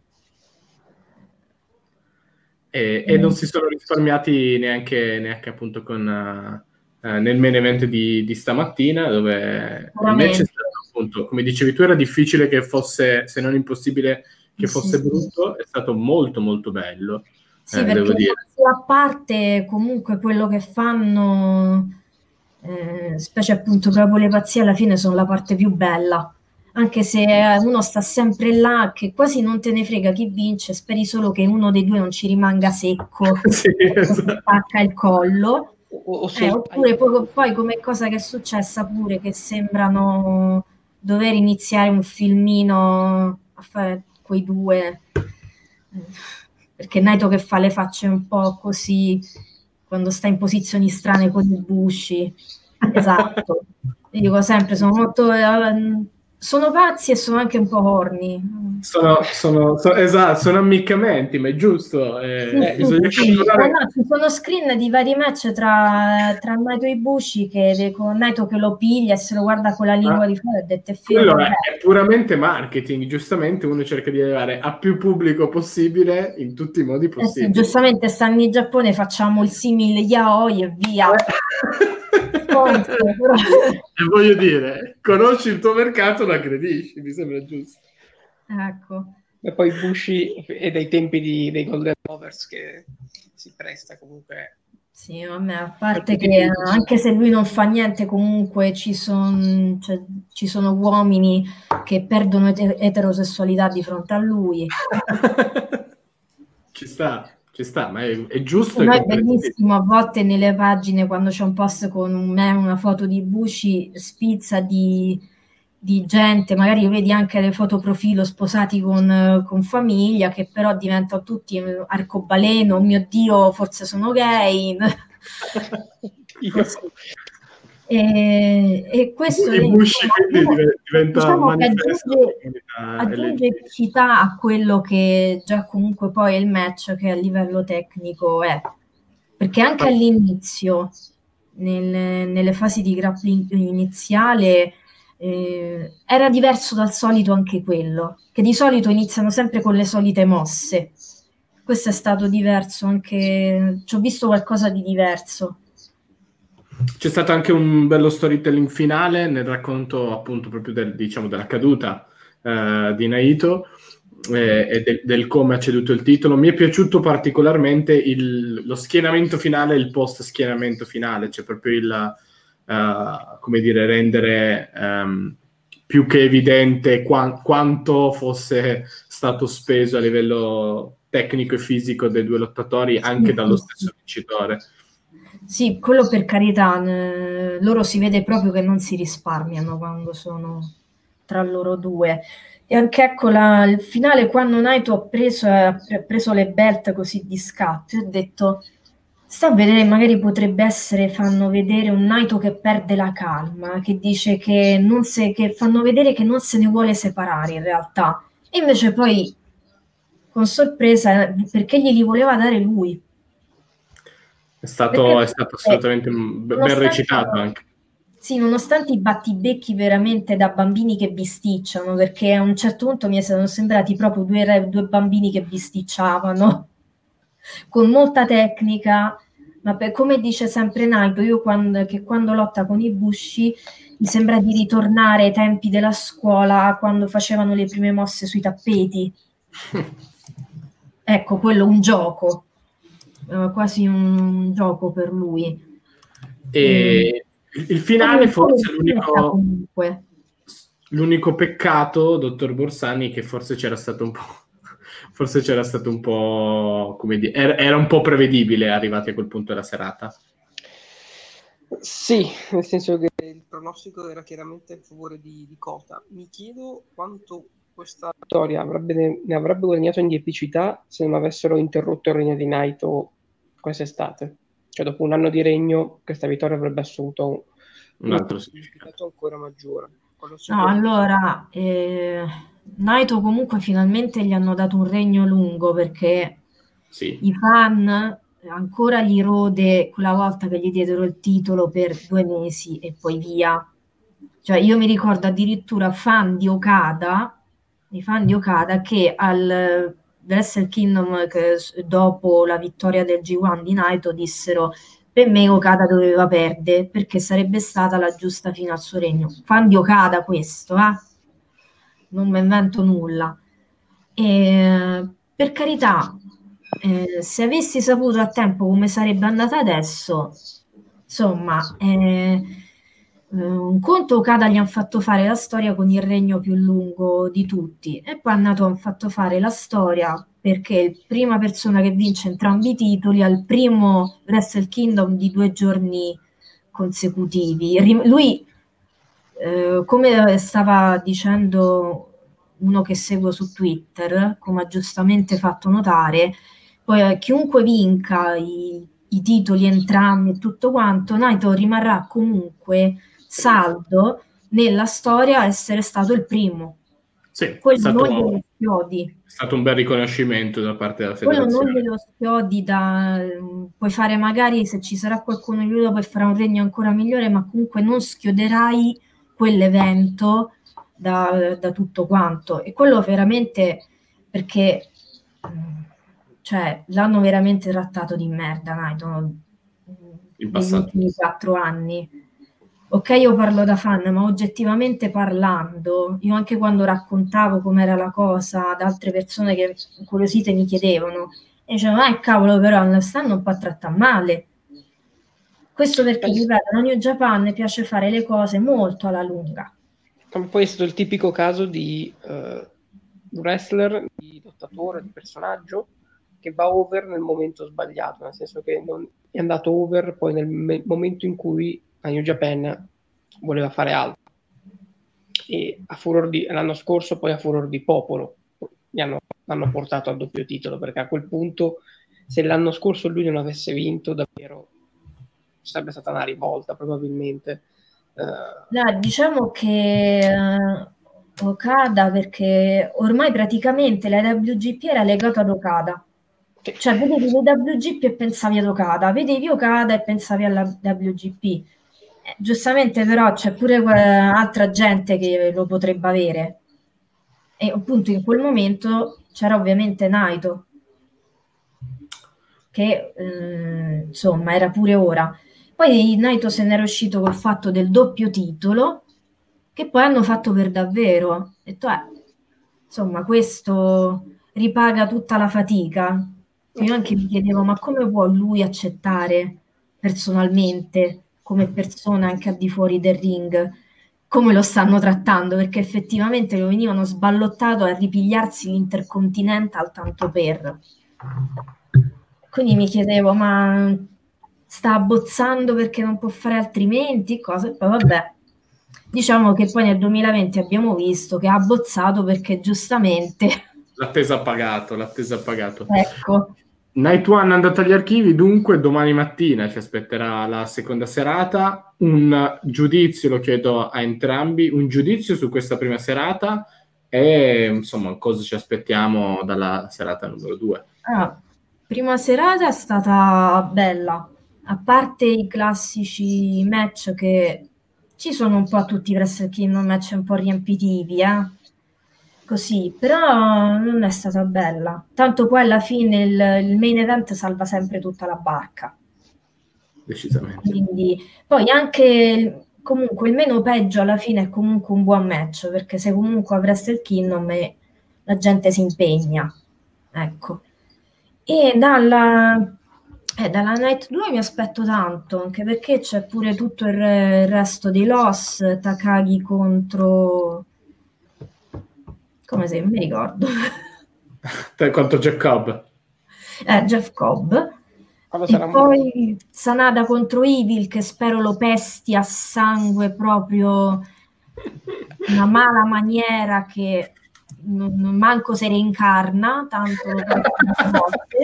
E, e non si sono risparmiati neanche, neanche appunto con uh, uh, nel main event di, di stamattina, dove il match è stato appunto, come dicevi tu, era difficile che fosse, se non impossibile, che fosse sì, brutto, sì. È stato molto molto bello. Sì, eh, perché a parte comunque quello che fanno, eh, specie appunto proprio le pazzie, alla fine sono la parte più bella. Anche se uno sta sempre là, che quasi non te ne frega chi vince, speri solo che uno dei due non ci rimanga secco, sì, esatto. Spacca il collo. O, o eh, oppure poi, poi come cosa che è successa pure, che sembrano dover iniziare un filmino a fare quei due, perché Naito che fa le facce un po' così quando sta in posizioni strane con i Bushi. Esatto. Io dico sempre, sono molto... Uh, sono pazzi e sono anche un po' horny. Sono, sono, sono, esatto, sono ammiccamenti, ma è giusto. Eh, sì, sì, sì. Eh, no, ci sono screen di vari match tra, tra Naito e Ibushi, che con Naito che lo piglia e se lo guarda con la lingua ah, di fuori e dette quello è, è puramente marketing, giustamente uno cerca di arrivare a più pubblico possibile in tutti i modi possibili. Eh sì, giustamente stanno in Giappone, facciamo il simile yaoi e via. Ponte, però... E voglio dire, conosci il tuo mercato, lo aggredisci, mi sembra giusto. Ecco. E poi Bushi è dai tempi di, dei Golden Lovers che si presta comunque. Sì, vabbè, a parte che anche se lui non fa niente, comunque ci, son, cioè, ci sono uomini che perdono et- eterosessualità di fronte a lui. Ci sta. Ci sta, ma è, è giusto. No, è bellissimo, a volte nelle pagine quando c'è un post con un meme, una foto di Bushi, spizza di, di gente, magari vedi anche le foto profilo sposati con, con famiglia, che però diventano tutti arcobaleno, oh mio Dio, forse sono gay. E, e questo I Bushi quindi diventa diciamo manifesto che aggiunge, aggiunge epicità a quello che già comunque poi è il match, che a livello tecnico è, perché anche all'inizio nel, nelle fasi di grappling iniziale eh, era diverso dal solito anche quello, che di solito iniziano sempre con le solite mosse. Questo è stato diverso, anche ci ho visto qualcosa di diverso. C'è stato anche un bello storytelling finale nel racconto appunto proprio del, diciamo, della caduta uh, di Naito eh, e del, del come ha ceduto il titolo. Mi è piaciuto particolarmente il, lo schienamento finale e il post schienamento finale, cioè proprio il uh, come dire, rendere um, più che evidente qua, quanto fosse stato speso a livello tecnico e fisico dei due lottatori anche dallo stesso vincitore. Sì, quello per carità, eh, loro si vede proprio che non si risparmiano quando sono tra loro due. E anche ecco la, il finale, quando Naito ha preso, ha preso le belt così di scatto, ho detto, sta a vedere, magari potrebbe essere, fanno vedere un Naito che perde la calma, che dice che, non se, che fanno vedere che non se ne vuole separare in realtà. E invece poi, con sorpresa, perché glieli voleva dare lui. È stato, è stato assolutamente ben recitato anche. Sì, nonostante i battibecchi veramente da bambini che bisticciano, perché a un certo punto mi sono sembrati proprio due, due bambini che bisticciavano. con molta tecnica, ma per, come dice sempre Naito, io quando, che quando lotta con i Bushi mi sembra di ritornare ai tempi della scuola, quando facevano le prime mosse sui tappeti. Ecco, quello un gioco, uh, quasi un gioco per lui. E e... il finale forse è l'unico, comunque. l'unico peccato, dottor Borsani, che forse c'era stato un po', forse c'era stato un po', come dire, era, era un po' prevedibile arrivati a quel punto della serata. Sì, nel senso che il pronostico era chiaramente in favore di, di Kota. Mi chiedo quanto questa vittoria avrebbe, ne avrebbe guadagnato in di epicità se non avessero interrotto il regno di Naito quest'estate. Cioè, dopo un anno di regno, questa vittoria avrebbe assunto un, un altro significato ancora maggiore. No, allora, eh, Naito comunque finalmente gli hanno dato un regno lungo, perché sì. i fan ancora gli rode quella volta che gli diedero il titolo per due mesi e poi via. Cioè, io mi ricordo addirittura fan di Okada, i fan di Okada che al Wrestle Kingdom, che dopo la vittoria del G uno di Naito, dissero: per me Okada doveva perdere perché sarebbe stata la giusta fine al suo regno. Fan di Okada questo, eh? Non mi invento nulla. E, per carità, eh, se avessi saputo a tempo come sarebbe andata adesso, insomma, eh, un conto Okada gli hanno fatto fare la storia con il regno più lungo di tutti, e poi hanno fatto fare la storia perché è la prima persona che vince entrambi i titoli al primo Wrestle Kingdom di due giorni consecutivi. Lui, eh, come stava dicendo uno che seguo su Twitter, come ha giustamente fatto notare, poi eh, chiunque vinca i, i titoli entrambi e tutto quanto, Naito rimarrà comunque saldo nella storia essere stato il primo. Sì, Quello è stato, non glielo schiodi. È stato un bel riconoscimento da parte della Quello federazione. non glielo schiodi, da, puoi fare magari, se ci sarà qualcuno di lui dopo, farà un regno ancora migliore, ma comunque non schioderai quell'evento da, da tutto quanto. E quello veramente, perché cioè, l'hanno veramente trattato di merda, Naito, In negli passato. ultimi quattro anni. Ok, io parlo da fan, ma oggettivamente parlando, io anche quando raccontavo com'era la cosa ad altre persone che incuriosite mi chiedevano, e dicevano, ah cavolo, però non stanno un po' a trattare male. Questo perché, ripeto, a New Japan piace fare le cose molto alla lunga. Poi è stato il tipico caso di uh, wrestler, di lottatore, di personaggio che va over nel momento sbagliato, nel senso che non è andato over poi nel me- momento in cui a New Japan voleva fare altro. E a furor di, l'anno scorso poi a furor di popolo gli hanno, hanno portato al doppio titolo, perché a quel punto, se l'anno scorso lui non avesse vinto, davvero sarebbe stata una rivolta probabilmente. Uh, no, diciamo che uh, Okada, perché ormai praticamente la W G P era legata ad Okada, sì. Cioè vedevi la W G P e pensavi ad Okada, vedevi Okada e pensavi alla W G P. Eh, giustamente però c'è pure uh, altra gente che lo potrebbe avere, e appunto in quel momento c'era ovviamente Naito, che eh, insomma era pure ora. Poi Naito se n'era uscito col fatto del doppio titolo, che poi hanno fatto per davvero. Ho detto, eh, insomma, questo ripaga tutta la fatica. Io anche mi chiedevo, ma come può lui accettare personalmente, come persona anche al di fuori del ring, come lo stanno trattando? Perché effettivamente lo venivano sballottato a ripigliarsi l'Intercontinental tanto per... Quindi mi chiedevo, ma sta abbozzando perché non può fare altrimenti? Cosa? E poi vabbè, diciamo che poi nel duemilaventi abbiamo visto che ha abbozzato perché giustamente... L'attesa ha pagato, l'attesa ha pagato. Ecco. Night One è andato agli archivi, dunque domani mattina ci aspetterà la seconda serata. Un giudizio, lo chiedo a entrambi, un giudizio su questa prima serata e insomma cosa ci aspettiamo dalla serata numero due. Ah, prima serata è stata bella, a parte i classici match che ci sono un po' a tutti i Wrestle Kingdom, match un po' riempitivi, eh? così, però non è stata bella. Tanto poi alla fine il, il main event salva sempre tutta la barca. Decisamente. Quindi, poi anche comunque il meno peggio alla fine è comunque un buon match, perché se comunque a Wrestle Kingdom e la gente si impegna, ecco. E dalla, eh, dalla Night due mi aspetto tanto, anche perché c'è pure tutto il, re- il resto dei loss, Takagi contro... come se non mi ricordo. Te quanto Jacob? Eh, Jeff Cobb. Quando E sarà un- poi Sanada contro Evil, che spero lo pesti a sangue proprio una mala maniera che non, non manco se reincarna, tanto lo pesti a volte.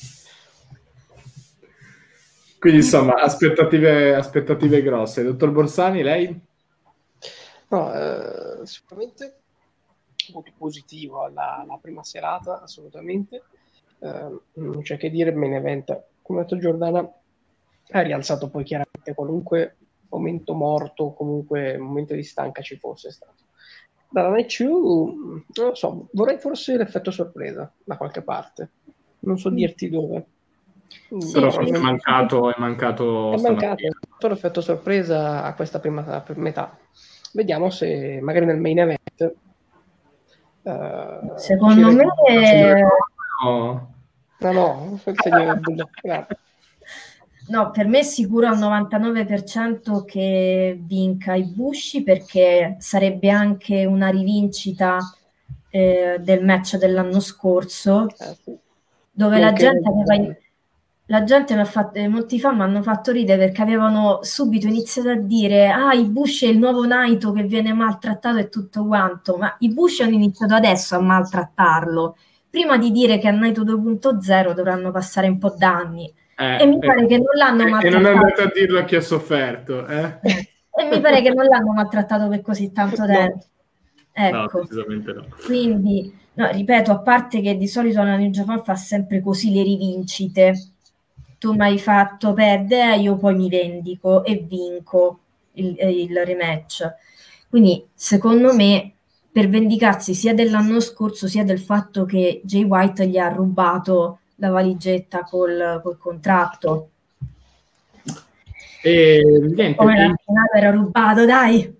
Quindi insomma, aspettative, aspettative grosse. Dottor Borsani, lei? No, eh, sicuramente molto positivo la, la prima serata, assolutamente. Eh, non c'è che dire, main event, come ha detto Giordana, ha rialzato poi chiaramente qualunque momento morto, comunque momento di stanca ci fosse stato. Dalla Night due, non lo so, vorrei forse l'effetto sorpresa da qualche parte, non so dirti dove. Sì, Però sì, è sì. mancato, è mancato È mancato stamattina. tutto l'effetto sorpresa a questa prima metà. Vediamo se magari nel main event eh, Secondo ci me regala- No. no no il segno del bullo. Grazie. no, per me è sicuro al novantanove per cento che vinca Ibushi, perché sarebbe anche una rivincita eh, del match dell'anno scorso, Eh, sì. dove Non la credo gente aveva, la gente mi ha fatto, eh, molti fan mi hanno fatto ridere perché avevano subito iniziato a dire ah, Ibushi è il nuovo Naito che viene maltrattato e tutto quanto, ma Ibushi hanno iniziato adesso a maltrattarlo. Prima di dire che a Naito due punto zero dovranno passare un po' d'anni. Eh, E mi eh, pare che non l'hanno e maltrattato. non è andato a dirlo a chi ha sofferto, eh? Eh, E mi pare che non l'hanno maltrattato per così tanto No. tempo. No, Ecco. decisamente no. Quindi, no, ripeto, a parte che di solito la New Japan fa sempre così le rivincite. Tu mi hai fatto perdere, io poi mi vendico e vinco il, il rematch. Quindi, secondo me, per vendicarsi sia dell'anno scorso sia del fatto che Jay White gli ha rubato la valigetta col, col contratto. E niente, Come in, l'antenato era rubato, dai!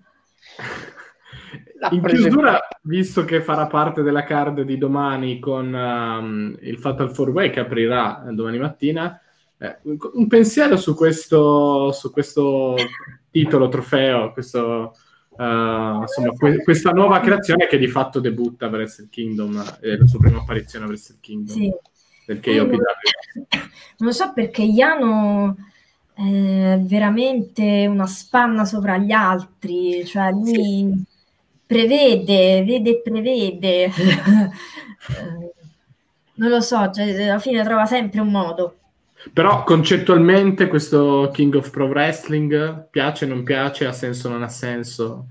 in chiusura, visto che farà parte della card di domani con um, il Fatal four way che aprirà domani mattina, eh, un, un pensiero su questo, su questo titolo, trofeo, questo, uh, insomma, que- questa nuova creazione che di fatto debutta per Wrestle Kingdom, è la sua prima apparizione a Wrestle Kingdom. Sì. Del K Eh, O P W. non, non lo so perché Iano è veramente una spanna sopra gli altri, cioè lui Sì. prevede, vede e prevede. Eh, non lo so, cioè, alla fine trova sempre un modo. Però concettualmente questo King of Pro Wrestling piace, non piace, ha senso, non ha senso?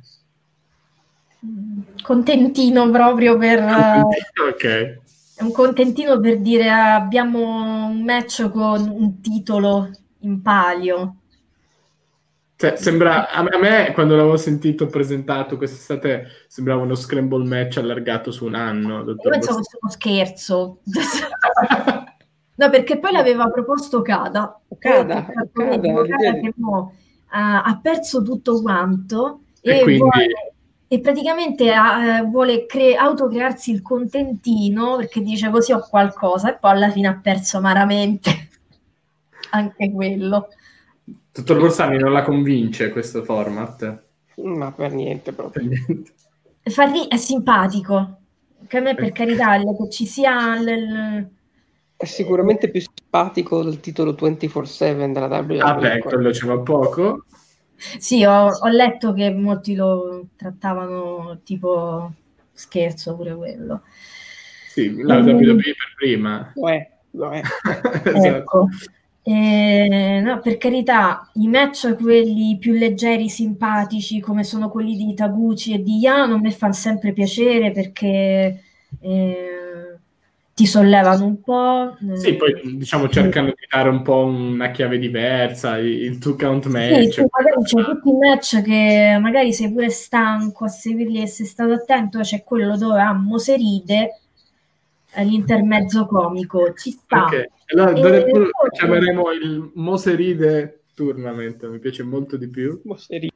Contentino proprio per... Ok. È un contentino per dire abbiamo un match con un titolo in palio. Cioè, sembra, a me, a me, quando l'avevo sentito presentato quest'estate sembrava uno scramble match allargato su un anno, Io dottor pensavo Borsani. fosse uno scherzo. No, perché poi l'aveva proposto Cada. Cada, Poi ho detto, Cada, vedi, Cada vedi? che mo, ha, ha perso tutto quanto E e, quindi vuole, e praticamente ha, eh, vuole cre- autocrearsi il contentino perché dice così ho qualcosa e poi alla fine ha perso amaramente anche quello. dottor Borsani non la convince questo format? Ma per niente Per proprio. niente. Fa ri- è simpatico, che a me per carità che ci sia l- l- È sicuramente più simpatico del titolo ventiquattro sette della W W E. Ah beh, quello ci va poco. Sì, ho, ho letto che molti lo trattavano tipo scherzo pure quello. Sì, la Mm, W W E per prima. Lo è, lo è. Esatto. ecco. Eh, no, per carità, i match quelli più leggeri, simpatici, come sono quelli di Taguchi e di Yano, a me fanno sempre piacere perché eh, ti sollevano un po'. Sì, poi diciamo cercano di dare un po' una chiave diversa, il two count match. Sì, sì, magari c'è tutti i match che magari sei pure stanco a seguirli e sei stato attento, c'è quello dove a Moseride l'intermezzo comico, ci sta. Ok, allora E pure, poi, chiameremo il Moseride Tournament, mi piace molto di più. Moseride.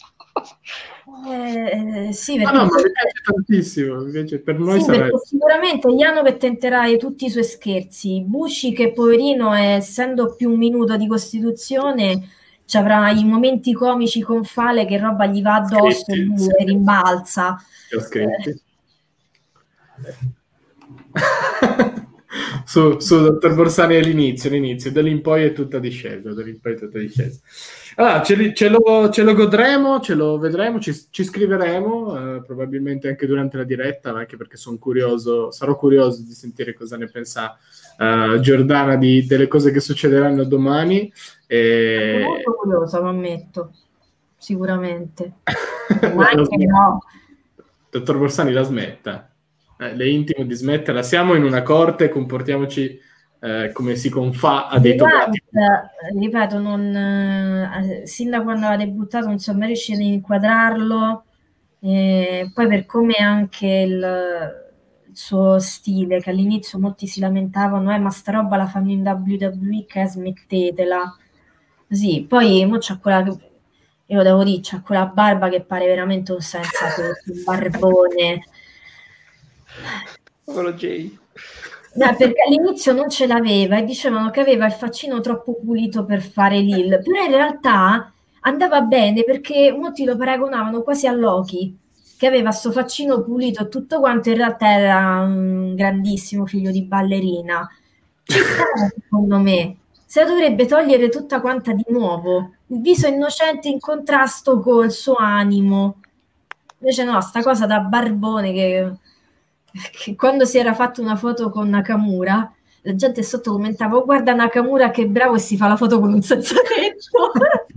Eh, sì, Ah, perché, no, ma mi piace tantissimo, mi piace, per noi sì, sarà... perché sicuramente Iano che tenterai tutti i suoi scherzi, Bucci che poverino, essendo più un minuto di costituzione, ci avrà i momenti comici con Fale che roba gli va addosso e Scritti, lui sì. rimbalza. Li ho scritti. Eh. su, su dottor Borsani all'inizio, all'inizio, da lì in poi è tutta discesa, da lì in poi è tutta discesa. Allora, ce, li, ce, lo, ce lo godremo, ce lo vedremo, ci, ci scriveremo, eh, probabilmente anche durante la diretta, anche perché sono curioso, sarò curioso di sentire cosa ne pensa uh, Giordana di, delle cose che succederanno domani. E... Sono molto curiosa, lo ammetto, sicuramente. Ma anche no. Dottor Borsani la smetta. Eh, le intimo di smetterla. Siamo in una corte, comportiamoci eh, come si confà a dei togati. Ripeto, non, eh, sin da quando avete buttato non sono mai riuscita ad inquadrarlo, e poi per come anche il, il suo stile, che all'inizio molti si lamentavano, eh, ma sta roba la fanno in W W E, che smettetela. Sì, poi mo c'ha quella, io lo devo dire, c'ha quella barba che pare veramente un senza senso, un barbone. Solo Jay. No, perché all'inizio non ce l'aveva e dicevano che aveva il faccino troppo pulito per fare Lil, però in realtà andava bene perché molti lo paragonavano quasi a Loki, che aveva sto faccino pulito e tutto quanto, in realtà era un grandissimo figlio di ballerina. Ci sta, secondo me, se la dovrebbe togliere tutta quanta di nuovo, il viso innocente in contrasto col suo animo. Invece no, sta cosa da barbone che... che quando si era fatto una foto con Nakamura, la gente sotto commentava: oh, guarda Nakamura che bravo, e si fa la foto con un senza tetto.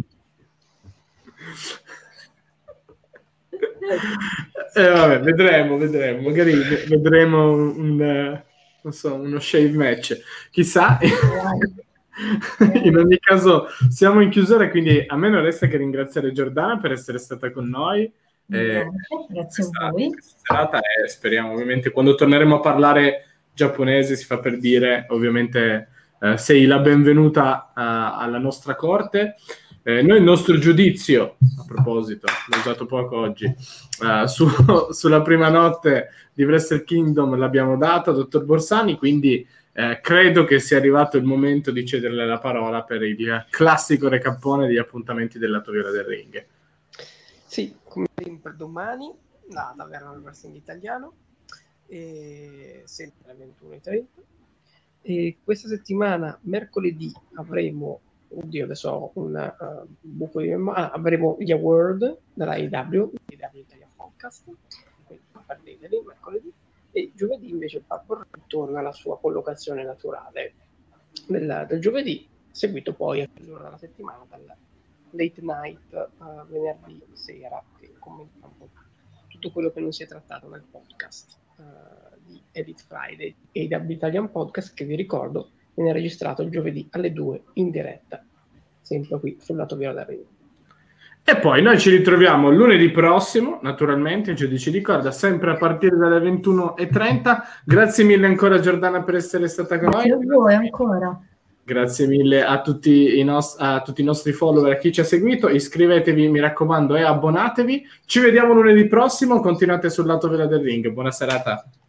eh, vabbè, vedremo, vedremo, magari vedremo un, non so, uno shave match, chissà. In ogni caso siamo in chiusura, quindi a me non resta che ringraziare Giordana per essere stata con noi. Eh, grazie questa, a voi. questa serata, e speriamo ovviamente quando torneremo a parlare giapponese, si fa per dire, ovviamente eh, sei la benvenuta uh, alla nostra corte. Eh, noi il nostro giudizio, a proposito, l'ho usato poco oggi, uh, su, sulla prima notte di Wrestle Kingdom l'abbiamo data, dottor Borsani, quindi eh, credo che sia arrivato il momento di cederle la parola per il classico recappone degli appuntamenti del lato viola del ring. Sì, come sempre domani la taverna del wrestling italiano, e sempre alle ventuno e trenta. E questa settimana, mercoledì, avremo, oddio adesso ho un uh, buco di memoria, ah, avremo gli award della A E W, A E W Italia Podcast, quindi perdeteli mercoledì, e giovedì invece il Purple torna alla sua collocazione naturale del, del giovedì, seguito poi a chiusura della settimana dal late night uh, venerdì sera, che commenta un po' tutto quello che non si è trattato nel podcast uh, di Edit Friday, A E W Italian Podcast, che vi ricordo viene registrato il giovedì alle due in diretta, sempre qui sul lato viola del ring. E poi noi ci ritroviamo lunedì prossimo, naturalmente, giudici di corda, sempre a partire dalle ventuno e trenta. Grazie mille ancora Giordana per essere stata con Grazie noi. a voi ancora. Grazie mille a tutti, i nos- a tutti i nostri follower, a chi ci ha seguito. Iscrivetevi, mi raccomando, e abbonatevi. Ci vediamo lunedì prossimo. Continuate sul lato viola del ring. Buona serata.